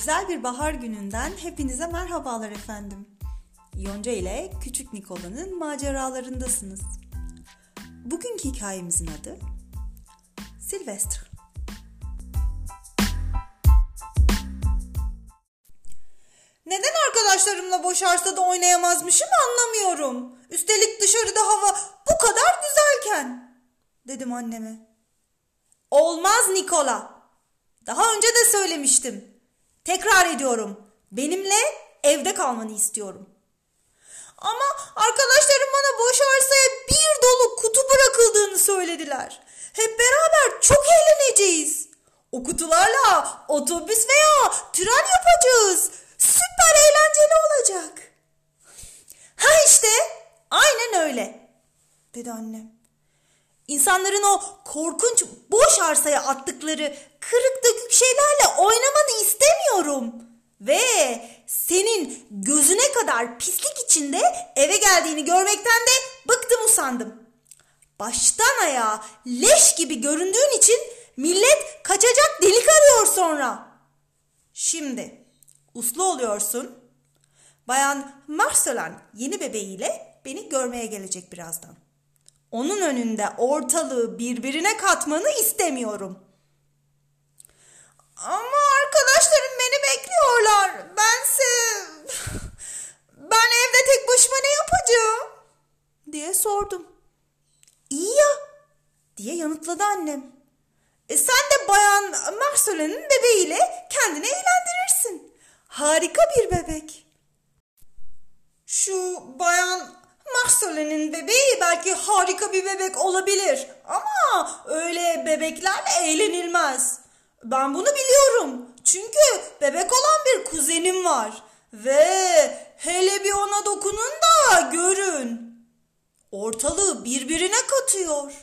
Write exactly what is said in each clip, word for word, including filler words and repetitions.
Güzel bir bahar gününden hepinize merhabalar efendim. Yonca ile Küçük Nikola'nın maceralarındasınız. Bugünkü hikayemizin adı Sylvestre. Neden arkadaşlarımla boş arsada oynayamazmışım anlamıyorum. Üstelik dışarıda hava bu kadar güzelken, dedim anneme. Olmaz Nikola. Daha önce de söylemiştim. Tekrar ediyorum. Benimle evde kalmanı istiyorum. Ama arkadaşlarım bana boş arsaya bir dolu kutu bırakıldığını söylediler. Hep beraber çok eğleneceğiz. O kutularla otobüs veya tren yapacağız. Süper eğlenceli olacak. Ha işte, aynen öyle, dedi annem. İnsanların o korkunç boş arsaya attıkları kırık dökük şeylerle oynamanı istemiyorum. Ve senin gözüne kadar pislik içinde eve geldiğini görmekten de bıktım usandım. Baştan ayağa leş gibi göründüğün için millet kaçacak delik arıyor sonra. Şimdi uslu oluyorsun. Bayan Marceline yeni bebeğiyle beni görmeye gelecek birazdan. Onun önünde ortalığı birbirine katmanı istemiyorum. Ama arkadaşlarım beni bekliyorlar. Bense... Ben evde tek başıma ne yapacağım? Diye sordum. İyi ya, diye yanıtladı annem. E sen de Bayan Marceline'in bebeğiyle kendini eğlendirirsin. Harika bir bebek. Şu Bayan Marceline'in bebeği belki harika bir bebek olabilir. Ama öyle bebeklerle eğlenilmez. Ben bunu biliyorum. Çünkü bebek olan bir kuzenim var. Ve hele bir ona dokunun da görün. Ortalığı birbirine katıyor.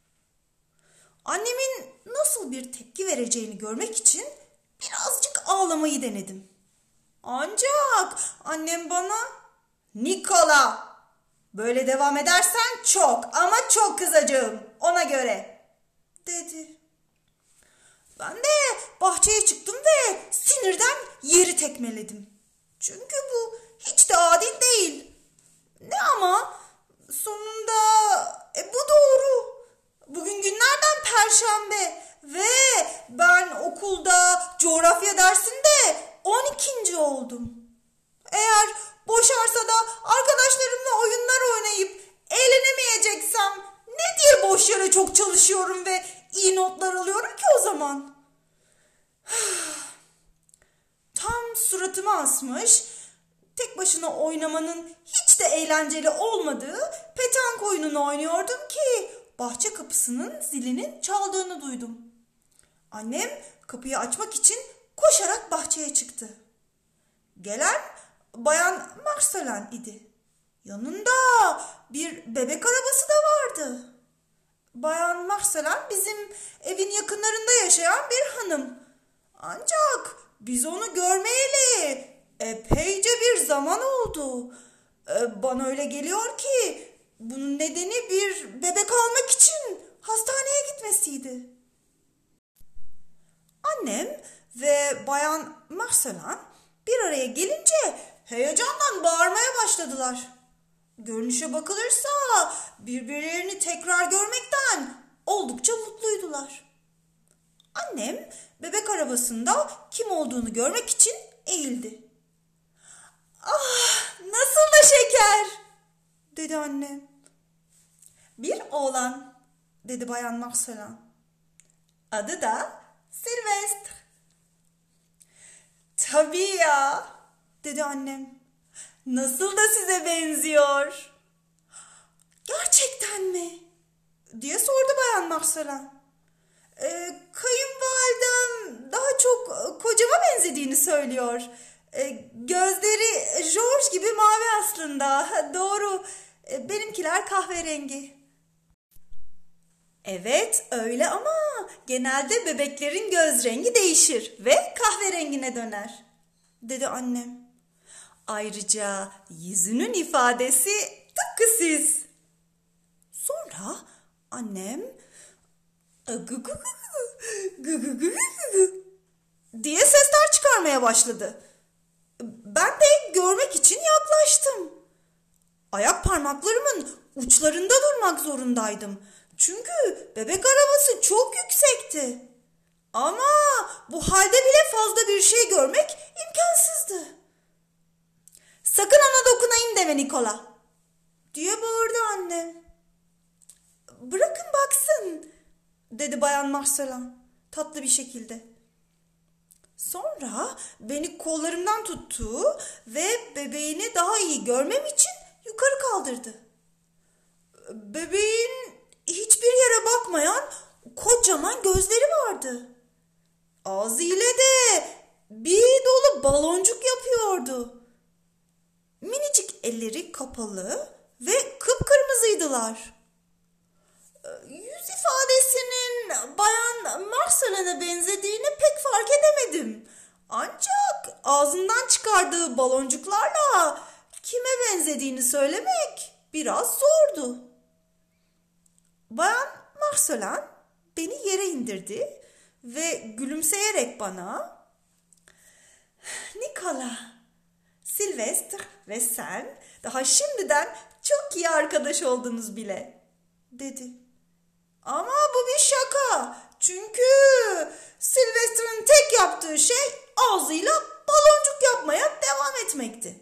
Annemin nasıl bir tepki vereceğini görmek için birazcık ağlamayı denedim. Ancak annem bana Nikola, böyle devam edersen çok ama çok kızacağım ona göre, dedi. Ben de bahçeye çıktım ve sinirden yeri tekmeledim. Çünkü bu hiç de adil değil. Ne ama sonunda e, bu doğru. Bugün günlerden Perşembe ve ben okulda coğrafya dersinde on ikinci oldum. Eğer boş arsada arkadaşlarımla oyunlar oynayıp eğlenemeyeceksem ne diye boş yere çok çalışıyorum ve iyi notlar alıyorum ki o zaman? Tam suratıma asmış, tek başına oynamanın hiç de eğlenceli olmadığı petank oyununu oynuyordum ki bahçe kapısının zilinin çaldığını duydum. Annem kapıyı açmak için koşarak bahçeye çıktı. Gelen Bayan Marceline idi. Yanında bir bebek arabası da vardı. Bayan Marceline bizim evin yakınlarında yaşayan bir hanım. Ancak biz onu görmeyeli epeyce bir zaman oldu. Ee, bana öyle geliyor ki bunun nedeni bir bebek almak için hastaneye gitmesiydi. Annem ve Bayan Marceline bir araya gelince heyecandan bağırmaya başladılar. Görünüşe bakılırsa birbirlerini tekrar görmekten oldukça mutluydular. Annem bebek arabasında kim olduğunu görmek için eğildi. Ah, nasıl da şeker, dedi annem. Bir oğlan, dedi Bayan Marceline. Adı da Sylvestre. Tabii ya, dedi annem. Nasıl da size benziyor. Gerçekten mi? Diye sordu Bayan Marceline. Ee, kayınvalidem daha çok kocama benzediğini söylüyor. Ee, gözleri George gibi mavi aslında. Doğru. Ee, benimkiler kahverengi. Evet öyle ama genelde bebeklerin göz rengi değişir ve kahverengine döner, dedi annem. Ayrıca yüzünün ifadesi tıpkı siz. Sonra annem diye sesler çıkarmaya başladı. Ben de görmek için yaklaştım. Ayak parmaklarımın uçlarında durmak zorundaydım. Çünkü bebek arabası çok yüksekti. Ama bu halde bile fazla bir şey görmek imkansızdı. Sakın ona dokunayım deme Nikola, diye bağırdı annem. Bırakın baksın, dedi Bayan Marcella tatlı bir şekilde. Sonra beni kollarımdan tuttu ve bebeğini daha iyi görmem için yukarı kaldırdı. Bebeğin hiçbir yere bakmayan kocaman gözleri vardı. Ağzı ile de bir dolu baloncuk yapıyordu. Minicik elleri kapalı ve kıpkırmızıydılar. Yüz ifadesinin Bayan Marcela'na benzediğini pek fark edemedim. Ancak ağzından çıkardığı baloncuklarla kime benzediğini söylemek biraz zordu. Bayan Marcela beni yere indirdi ve gülümseyerek bana "Nikola, Sylvester ve sen daha şimdiden çok iyi arkadaş oldunuz bile," dedi. Ama bu bir şaka. Çünkü Sylvester'ın tek yaptığı şey ağzıyla baloncuk yapmaya devam etmekti.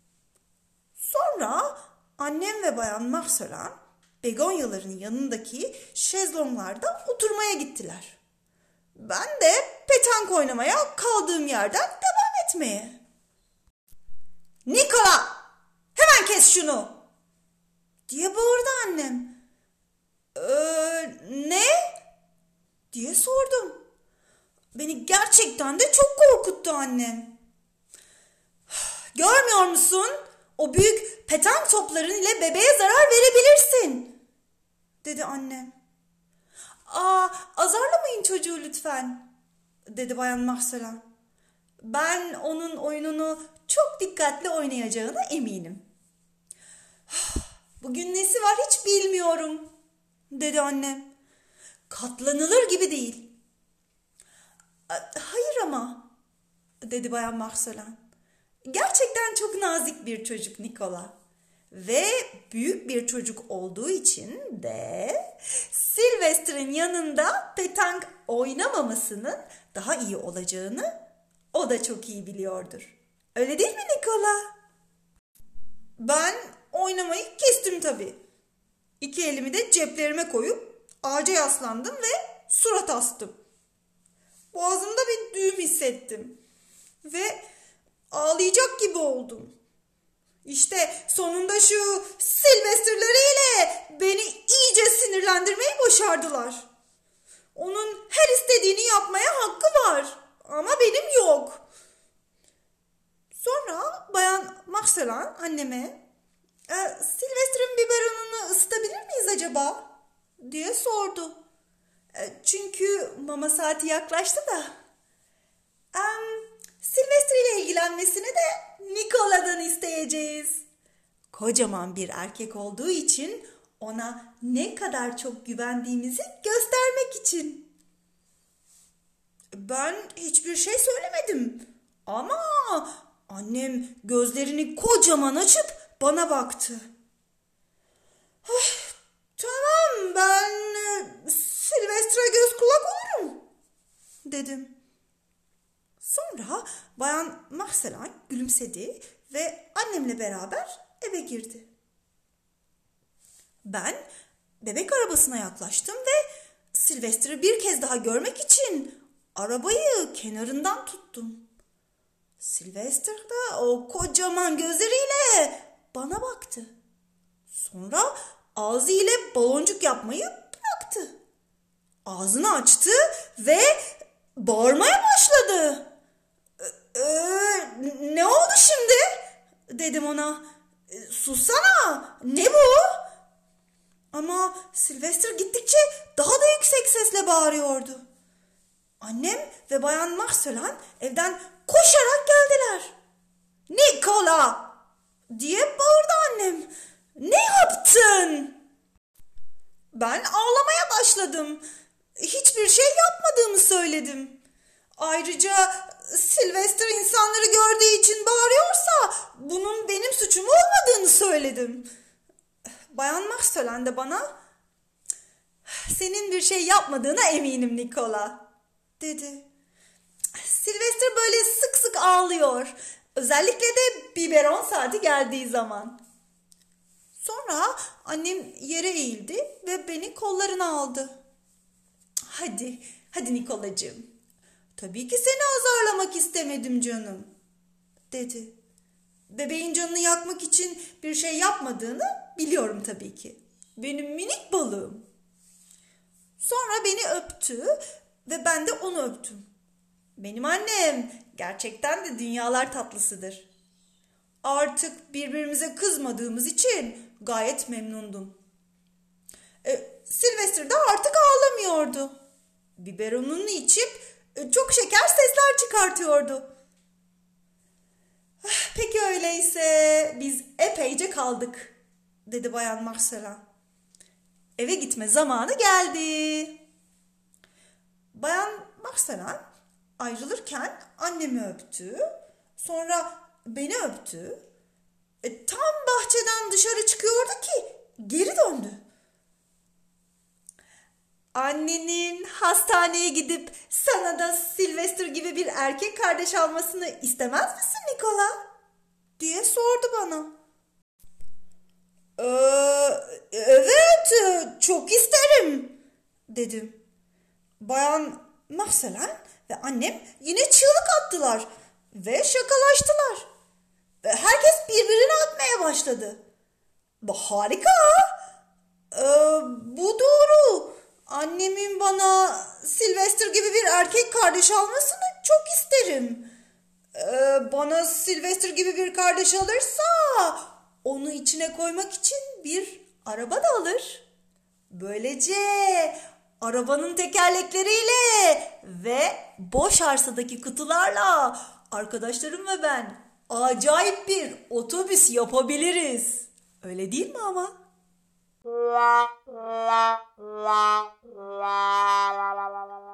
Sonra annem ve Bayan Marcella begonyaların yanındaki şezlonglarda oturmaya gittiler. Ben de petank oynamaya kaldığım yerden devam etmeye. "Nikola, hemen kes şunu!" diye bağırdı annem. Ee, ne? diye sordum. Beni gerçekten de çok korkuttu annem. "Görmüyor musun? O büyük petank topların ile bebeğe zarar verebilirsin," dedi annem. "Aa, azarlamayın çocuğu lütfen," dedi Bayan Marcella. "Ben onun oyununu çok dikkatli oynayacağına eminim." "Bugün nesi var hiç bilmiyorum," dedi annem. "Katlanılır gibi değil." "Hayır ama," dedi Bayan Marcella. "Gerçekten çok nazik bir çocuk Nikola. Ve büyük bir çocuk olduğu için de Sylvester'ın yanında petank oynamamasının daha iyi olacağını o da çok iyi biliyordur. Öyle değil mi Nikola?" Ben oynamayı kestim tabii. İki elimi de ceplerime koyup ağaca yaslandım ve surat astım. Boğazımda bir düğüm hissettim ve ağlayacak gibi oldum. İşte sonunda şu Sylvester'larıyla beni iyice sinirlendirmeyi başardılar. Onun her istediğini yapmaya hakkı var ama benim yok. Sonra Bayan Marcella anneme e, "Sylvester'ın biberonunu ısıtabilir miyiz acaba?" diye sordu. E, çünkü mama saati yaklaştı da. E, Sylvester ile ilgilenmesini de Nikola'dan isteyeceğiz. Kocaman bir erkek olduğu için ona ne kadar çok güvendiğimizi göstermek için. Ben hiçbir şey söylemedim. Ama annem gözlerini kocaman açıp bana baktı. Oh, "Tamam, ben Sylvester'a göz kulak olurum," dedim. Sonra Bayan Marcella gülümsedi ve annemle beraber eve girdi. Ben bebek arabasına yaklaştım ve Sylvester'ı bir kez daha görmek için arabayı kenarından tuttum. Sylvester da o kocaman gözleriyle bana baktı. Sonra ağzı ile baloncuk yapmayı bıraktı. Ağzını açtı ve bağırmaya başladı. Ee, "Ne oldu şimdi?" dedim ona. E, "Sussana, ne bu?" Ama Sylvester gittikçe daha da yüksek sesle bağırıyordu. Annem ve Bayan Marcella evden koşarak geldiler. "Nikola!" diye bağırdı annem. "Ne yaptın?" Ben ağlamaya başladım. Hiçbir şey yapmadığımı söyledim. Ayrıca Sylvester insanları gördüğü için bağırıyorsa bunun benim suçum olmadığını söyledim. Bayan Marceline de bana senin bir şey yapmadığına eminim Nikola dedi. Sylvester böyle sık sık ağlıyor. Özellikle de biberon saati geldiği zaman. Sonra annem yere eğildi ve beni kollarına aldı. Hadi, hadi Nikolacığım. Tabii ki seni azarlamak istemedim canım, dedi. Bebeğin canını yakmak için bir şey yapmadığını biliyorum tabii ki. Benim minik balığım. Sonra beni öptü ve ben de onu öptüm. Benim annem gerçekten de dünyalar tatlısıdır. Artık birbirimize kızmadığımız için gayet memnundum. E, Sylvester de artık ağlamıyordu. Biberonunu içip e, çok şeker sesler çıkartıyordu. Peki öyleyse biz epeyce kaldık, dedi Bayan Marcella. Eve gitme zamanı geldi. Bayan Marcella ayrılırken annemi öptü. Sonra beni öptü. E, tam bahçeden dışarı çıkıyordu ki geri döndü. Annenin hastaneye gidip sana da Sylvester gibi bir erkek kardeş almasını istemez misin Nikola? Diye sordu bana. Ee, evet, çok isterim, dedim. Bayan Marceline ve annem yine çığlık attılar ve şakalaştılar. Herkes birbirine atmaya başladı. Bu harika. Ee, bu doğru. Annemin bana Sylvester gibi bir erkek kardeş almasını çok isterim. Ee, bana Sylvester gibi bir kardeş alırsa onu içine koymak için bir araba da alır. Böylece arabanın tekerlekleriyle ve boş arsadaki kutularla arkadaşlarım ve ben acayip bir otobüs yapabiliriz. Öyle değil mi ama? La la la la la la la la